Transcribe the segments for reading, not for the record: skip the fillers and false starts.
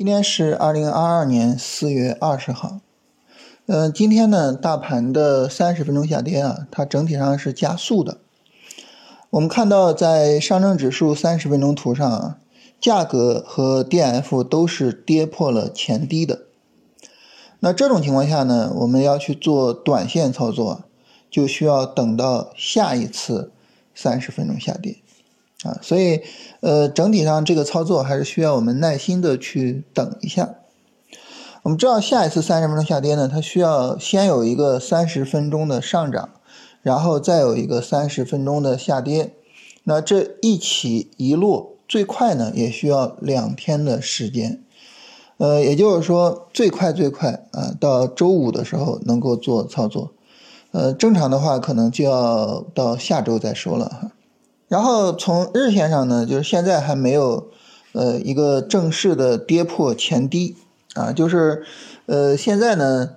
天是2022年4月20号。今天呢，大盘的30分钟下跌啊，它整体上是加速的。我们看到在上证指数30分钟图上啊，价格和 DF 都是跌破了前低的。那这种情况下呢，我们要去做短线操作，就需要等到下一次30分钟下跌啊，所以整体上这个操作还是需要我们耐心的去等一下。我们知道下一次30分钟下跌呢，它需要先有一个30分钟的上涨，然后再有一个30分钟的下跌，那这一起一落，最快呢也需要2天的时间。也就是说最快啊，到周五的时候能够做操作。正常的话可能就要到下周再说了哈。然后从日线上呢，就是现在还没有一个正式的跌破前低啊，就是现在呢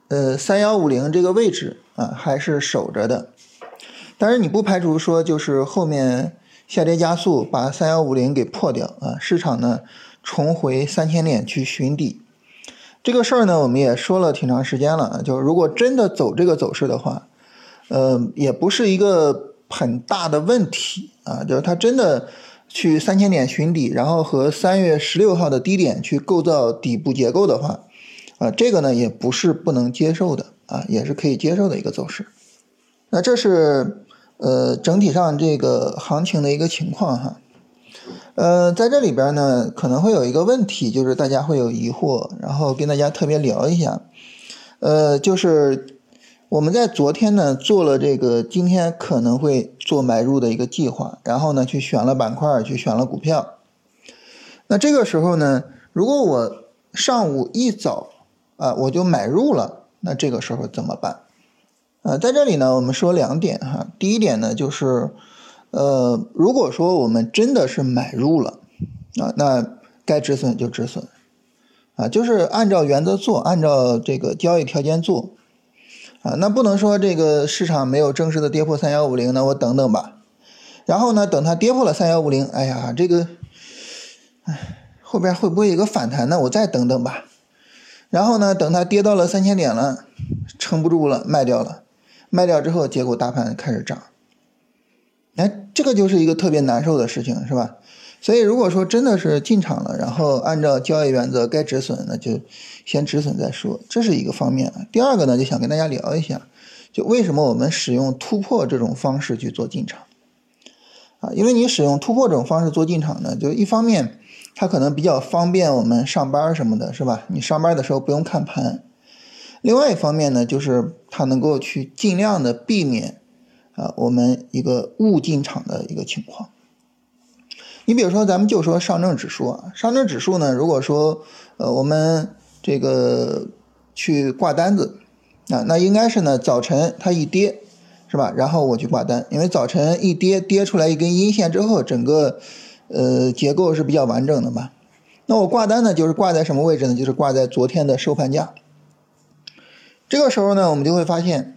3150这个位置啊还是守着的。但是你不排除说就是后面下跌加速把3150给破掉啊，市场呢重回3000点去寻底。这个事儿呢我们也说了挺长时间了，就如果真的走这个走势的话，也不是一个很大的问题啊，就是它真的去3000点寻底，然后和3月16号的低点去构造底部结构的话，这个呢也不是不能接受的啊，也是可以接受的一个走势。那这是整体上这个行情的一个情况哈。在这里边呢可能会有一个问题，就是大家会有疑惑，然后跟大家特别聊一下。就是我们在昨天呢做了这个今天可能会做买入的一个计划，然后呢去选了板块，去选了股票。那这个时候呢，如果我上午一早我就买入了，那这个时候怎么办？在这里呢我们说2点哈。第一点呢就是如果说我们真的是买入了啊，那该止损就止损啊，就是按照原则做，按照这个交易条件做啊。那不能说这个市场没有正式的跌破3150，那我等等吧。然后呢，等它跌破了3150，哎呀，这个后边会不会有一个反弹呢？我再等等吧。然后呢，等它跌到了3000点了，撑不住了，卖掉了。卖掉之后，结果大盘开始涨。这个就是一个特别难受的事情，是吧？所以如果说真的是进场了，然后按照交易原则该止损，那就先止损再说，这是一个方面。第二个呢，就想跟大家聊一下，就为什么我们使用突破这种方式去做进场啊？因为你使用突破这种方式做进场呢，就一方面它可能比较方便我们上班什么的，是吧？你上班的时候不用看盘。另外一方面呢，就是它能够去尽量的避免我们一个误进场的一个情况。你比如说咱们就说上证指数啊，上证指数呢，如果说我们这个去挂单子那应该是呢早晨它一跌，是吧？然后我去挂单，因为早晨一跌出来一根阴线之后，整个结构是比较完整的嘛。那我挂单呢就是挂在什么位置呢？就是挂在昨天的收盘价。这个时候呢我们就会发现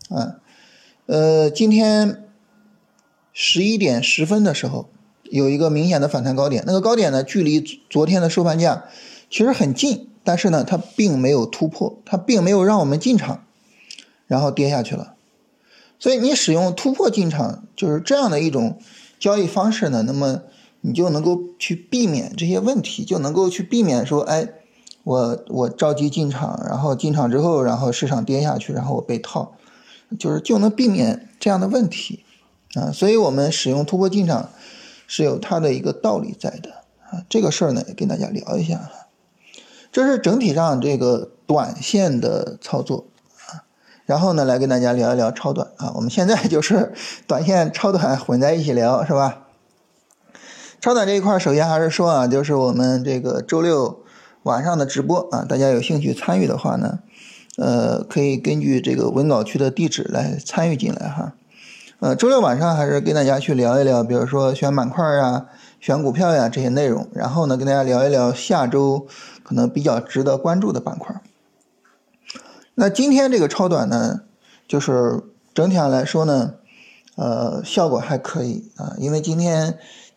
今天11点10分的时候有一个明显的反弹高点，那个高点呢距离昨天的收盘价其实很近，但是呢它并没有突破，它并没有让我们进场，然后跌下去了。所以你使用突破进场就是这样的一种交易方式呢，那么你就能够去避免这些问题，就能够去避免说我着急进场，然后进场之后然后市场跌下去，然后我被套，就能避免这样的问题所以我们使用突破进场是有它的一个道理在的这个事儿呢也跟大家聊一下这是整体上这个短线的操作然后呢来跟大家聊一聊超短我们现在就是短线超短混在一起聊，是吧？超短这一块首先还是说就是我们这个周六晚上的直播大家有兴趣参与的话呢可以根据这个文稿区的地址来参与进来哈。周六晚上还是跟大家去聊一聊，比如说选板块选股票这些内容，然后呢跟大家聊一聊下周可能比较值得关注的板块。那今天这个超短呢，就是整体上来说呢效果还可以因为今天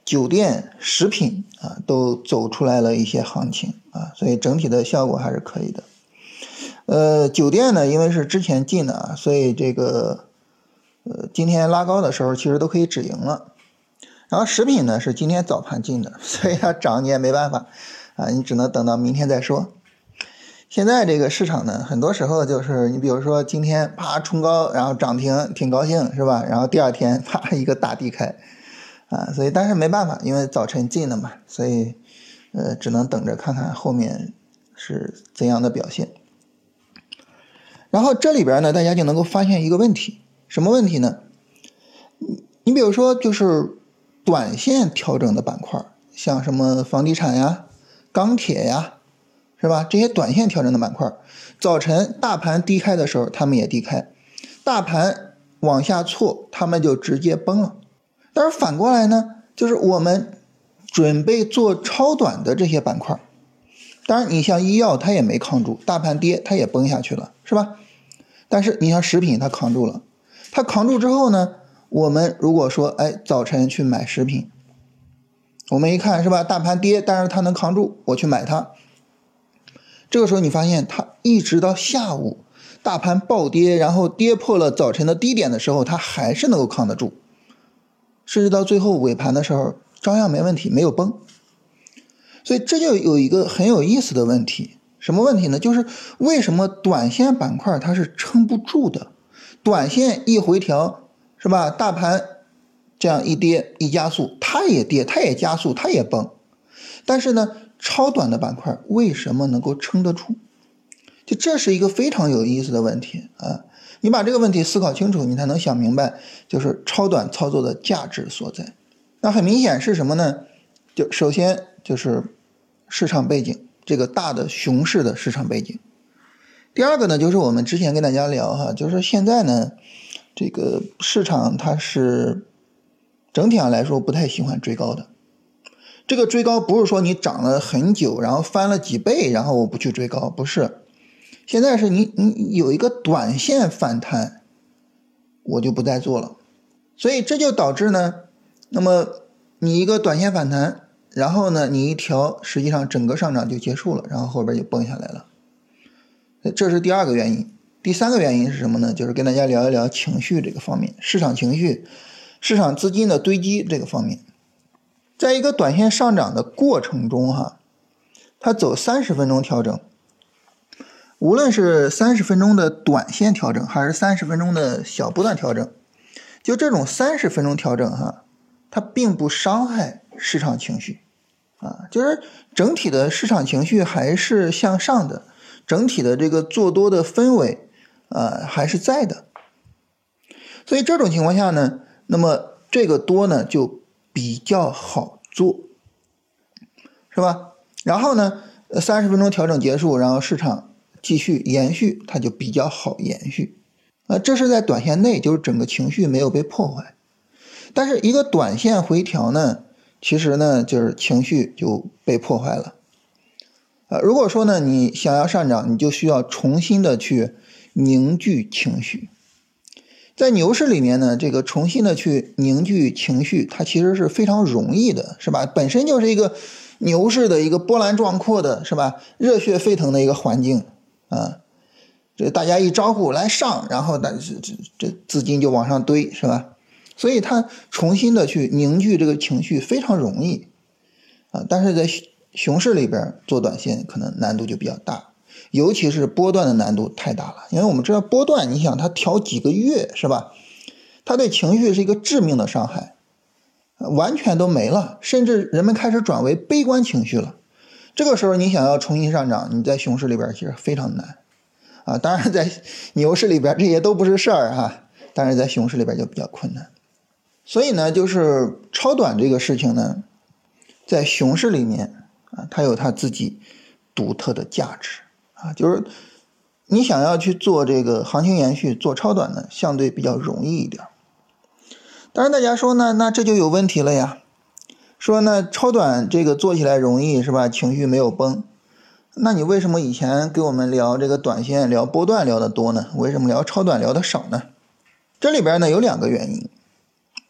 酒店、食品啊都走出来了一些行情啊，所以整体的效果还是可以的。酒店呢，因为是之前进的啊，所以这个今天拉高的时候其实都可以止盈了。然后食品呢是今天早盘进的，所以它涨你也没办法啊，你只能等到明天再说。现在这个市场呢，很多时候就是你比如说今天啪冲高，然后涨停，挺高兴是吧？然后第二天啪一个大低开啊，所以但是没办法，因为早晨进的嘛，所以只能等着看看后面是怎样的表现。然后这里边呢，大家就能够发现一个问题，什么问题呢？你比如说就是短线调整的板块，像什么房地产呀、钢铁呀，是吧？这些短线调整的板块，早晨大盘低开的时候，他们也低开；大盘往下挫，他们就直接崩了。但是反过来呢，就是我们准备做超短的这些板块，当然你像医药它也没扛住，大盘跌它也崩下去了，是吧？但是你像食品它扛住了，它扛住之后呢，我们如果说早晨去买食品，我们一看是吧，大盘跌，但是它能扛住，我去买它。这个时候你发现它一直到下午大盘暴跌，然后跌破了早晨的低点的时候，它还是能够扛得住，甚至到最后尾盘的时候照样没问题，没有崩。所以这就有一个很有意思的问题，什么问题呢？就是为什么短线板块它是撑不住的，短线一回调是吧，大盘这样一跌一加速，它也跌，它也加速，它也崩。但是呢，超短的板块为什么能够撑得住？就这是一个非常有意思的问题啊！你把这个问题思考清楚，你才能想明白，就是超短操作的价值所在。那很明显是什么呢？就首先就是市场背景，这个大的熊市的市场背景。第二个呢，就是我们之前跟大家聊哈，就是现在呢，这个市场它是整体上来说不太喜欢追高的。这个追高不是说你涨了很久，然后翻了几倍，然后我不去追高，不是。现在是你有一个短线反弹，我就不再做了。所以这就导致呢，那么你一个短线反弹，然后呢你一调，实际上整个上涨就结束了，然后后边就崩下来了。这是第二个原因。第三个原因是什么呢？就是跟大家聊一聊情绪这个方面，市场情绪、市场资金的堆积这个方面。在一个短线上涨的过程中它走30分钟调整，无论是30分钟的短线调整还是30分钟的小波段调整，就这种30分钟调整它并不伤害市场情绪就是整体的市场情绪还是向上的，整体的这个做多的氛围还是在的。所以这种情况下呢，那么这个多呢就比较好做，是吧？然后呢30分钟调整结束，然后市场继续延续，它就比较好延续这是在短线内，就是整个情绪没有被破坏。但是一个短线回调呢，其实呢就是情绪就被破坏了如果说呢你想要上涨，你就需要重新的去凝聚情绪。在牛市里面呢，这个重新的去凝聚情绪，它其实是非常容易的，是吧？本身就是一个牛市的一个波澜壮阔的，是吧？热血沸腾的一个环境这大家一招呼来上，然后这资金就往上堆，是吧？所以它重新的去凝聚这个情绪非常容易但是在熊市里边做短线可能难度就比较大。尤其是波段的难度太大了，因为我们知道波段，你想它调几个月是吧？它对情绪是一个致命的伤害，完全都没了，甚至人们开始转为悲观情绪了。这个时候你想要重新上涨，你在熊市里边其实非常难当然在牛市里边这些都不是事儿但是在熊市里边就比较困难。所以呢，就是超短这个事情呢，在熊市里面它有它自己独特的价值就是你想要去做这个行情延续，做超短呢，相对比较容易一点。当然大家说呢，那这就有问题了呀。说呢，超短这个做起来容易是吧？情绪没有崩。那你为什么以前给我们聊这个短线、聊波段聊得多呢？为什么聊超短聊得少呢？这里边呢有两个原因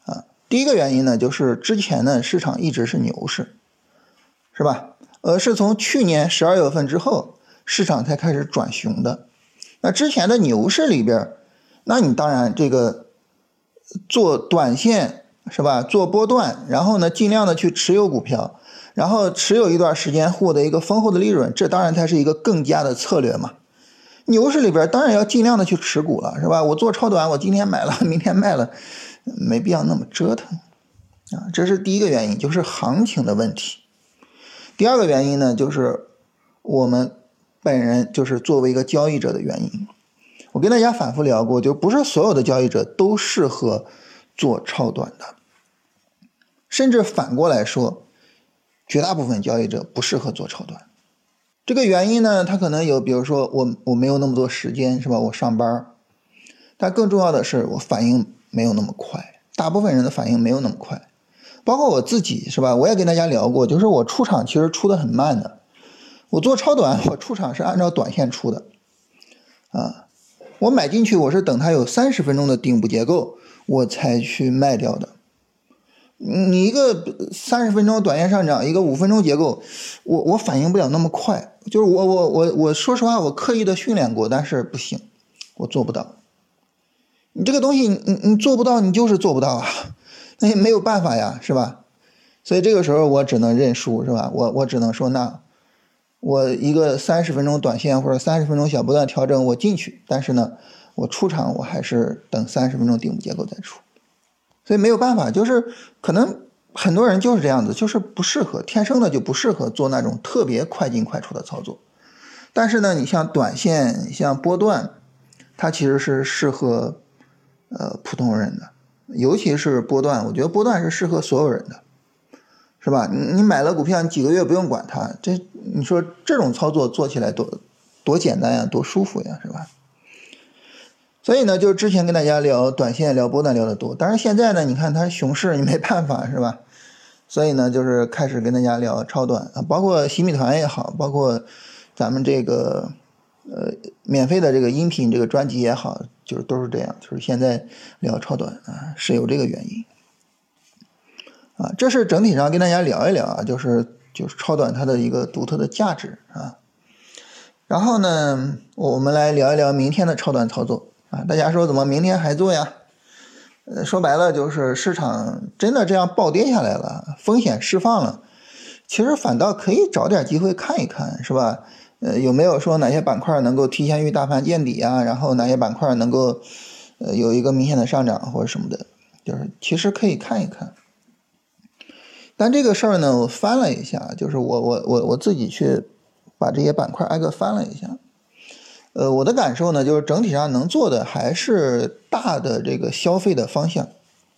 第一个原因呢，就是之前呢市场一直是牛市，是吧？是从去年12月份之后，市场才开始转熊的。那之前的牛市里边，那你当然这个做短线是吧？做波段，然后呢尽量的去持有股票，然后持有一段时间获得一个丰厚的利润，这当然才是一个更佳的策略嘛。牛市里边当然要尽量的去持股了，是吧？我做超短，我今天买了，明天卖了，没必要那么折腾啊。这是第一个原因，就是行情的问题。第二个原因呢，就是我们本人就是作为一个交易者的原因。我跟大家反复聊过，就不是所有的交易者都适合做超短的，甚至反过来说，绝大部分交易者不适合做超短。这个原因呢，它可能有，比如说我没有那么多时间，是吧？我上班，但更重要的是我反应没有那么快，大部分人的反应没有那么快，包括我自己，是吧？我也跟大家聊过，就是我出场其实出的很慢的，我做超短，我出场是按照短线出的啊，我买进去我是等它有30分钟的顶部结构我才去卖掉的。你一个30分钟短线上涨，一个5分钟结构，我反应不了那么快。就是我说实话，我刻意的训练过，但是不行，我做不到。你这个东西你做不到，你就是做不到啊，那也没有办法呀，是吧？所以这个时候我只能认输，是吧？我只能说，那我一个30分钟短线或者30分钟小波段调整我进去，但是呢，我出场我还是等30分钟顶部结构再出。所以没有办法，就是可能很多人就是这样子，就是不适合，天生的就不适合做那种特别快进快出的操作。但是呢，你像短线，像波段，它其实是适合普通人的，尤其是波段，我觉得波段是适合所有人的，是吧？你买了股票，你几个月不用管它，你说这种操作做起来多简单呀，多舒服呀，是吧？所以呢，就之前跟大家聊短线、聊波段聊得多，但是现在呢，你看它熊市，你没办法，是吧？所以呢，就是开始跟大家聊超短啊，包括洗米团也好，包括咱们这个免费的这个音频这个专辑也好，就是都是这样，就是现在聊超短啊，是有这个原因啊。这是整体上跟大家聊一聊啊，就是超短它的一个独特的价值啊。然后呢，我们来聊一聊明天的超短操作。啊，大家说怎么明天还做呀？说白了就是市场真的这样暴跌下来了，风险释放了，其实反倒可以找点机会看一看，是吧？有没有说哪些板块能够提前与大盘见底啊？然后哪些板块能够有一个明显的上涨或者什么的，就是其实可以看一看。但这个事儿呢，我翻了一下，就是我自己去把这些板块挨个翻了一下。我的感受呢，就是整体上能做的还是大的这个消费的方向，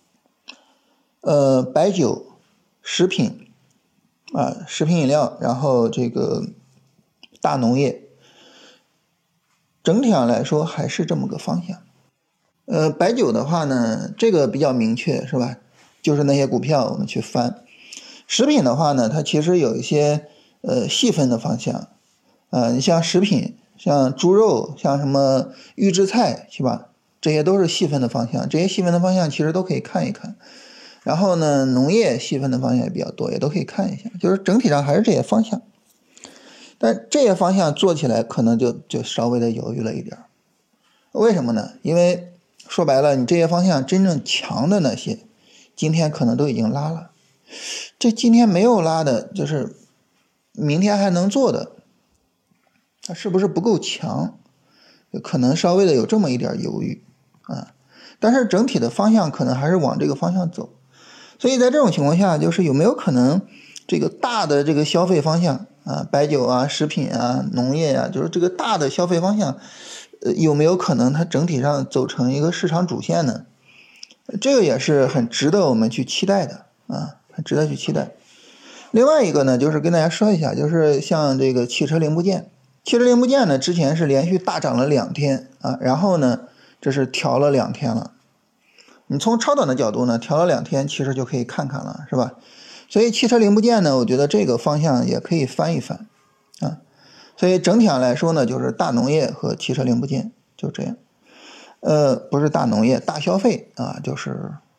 白酒、食品啊、食品饮料，然后这个大农业，整体上来说还是这么个方向。白酒的话呢，这个比较明确，是吧？就是那些股票我们去翻。食品的话呢，它其实有一些细分的方向，你像食品。像猪肉，像什么预制菜，是吧？这些都是细分的方向，这些细分的方向其实都可以看一看。然后呢，农业细分的方向也比较多，也都可以看一下。就是整体上还是这些方向，但这些方向做起来可能就稍微的犹豫了一点。为什么呢？因为说白了，你这些方向真正强的那些，今天可能都已经拉了。这今天没有拉的，就是明天还能做的。它是不是不够强？可能稍微的有这么一点犹豫啊，但是整体的方向可能还是往这个方向走。所以在这种情况下，就是有没有可能这个大的这个消费方向啊，白酒啊、食品啊、农业啊，就是这个大的消费方向，有没有可能它整体上走成一个市场主线呢？这个也是很值得我们去期待的啊，很值得去期待。另外一个呢，就是跟大家说一下，就是像这个汽车零部件。汽车零部件呢，之前是连续大涨了2天啊，然后呢，这是调了2天了。你从超短的角度呢，调了2天，其实就可以看看了，是吧？所以汽车零部件呢，我觉得这个方向也可以翻一翻啊。所以整体上来说呢，就是大农业和汽车零部件就这样。不是大农业，大消费啊，就是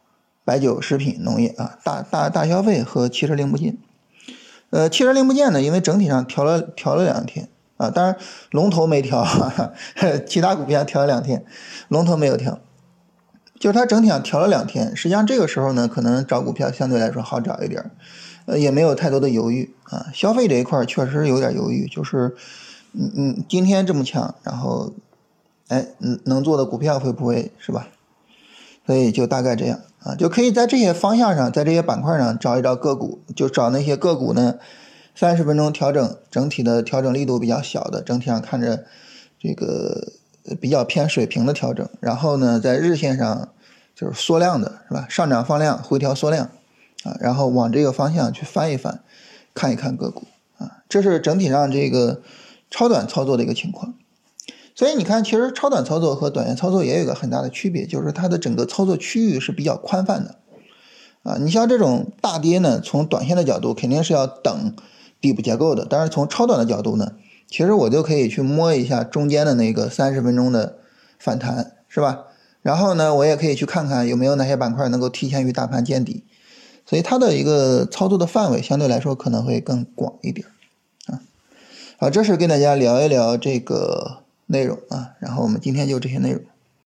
白酒、食品、农业啊，大消费和汽车零部件。汽车零部件呢，因为整体上调了2天啊，当然龙头没调，其他股票调了2天，龙头没有调，就是它整体上调了2天。实际上这个时候呢，可能找股票相对来说好找一点，也没有太多的犹豫啊。消费这一块确实有点犹豫，就是今天这么强，然后能做的股票会不会是吧？所以就大概这样啊，就可以在这些方向上，在这些板块上找一找个股，就找那些个股呢，30分钟调整，整体的调整力度比较小的，整体上看着这个比较偏水平的调整，然后呢，在日线上就是缩量的是吧？上涨放量，回调缩量啊，然后往这个方向去翻一翻，看一看个股啊，这是整体上这个超短操作的一个情况。所以你看，其实超短操作和短线操作也有一个很大的区别，就是它的整个操作区域是比较宽泛的啊。你像这种大跌呢，从短线的角度肯定是要等底部结构的，但是从超短的角度呢，其实我就可以去摸一下中间的那个30分钟的反弹，是吧？然后呢，我也可以去看看有没有哪些板块能够提前于大盘见底，所以它的一个操作的范围相对来说可能会更广一点啊。好，这是跟大家聊一聊这个内容啊，然后我们今天就这些内容。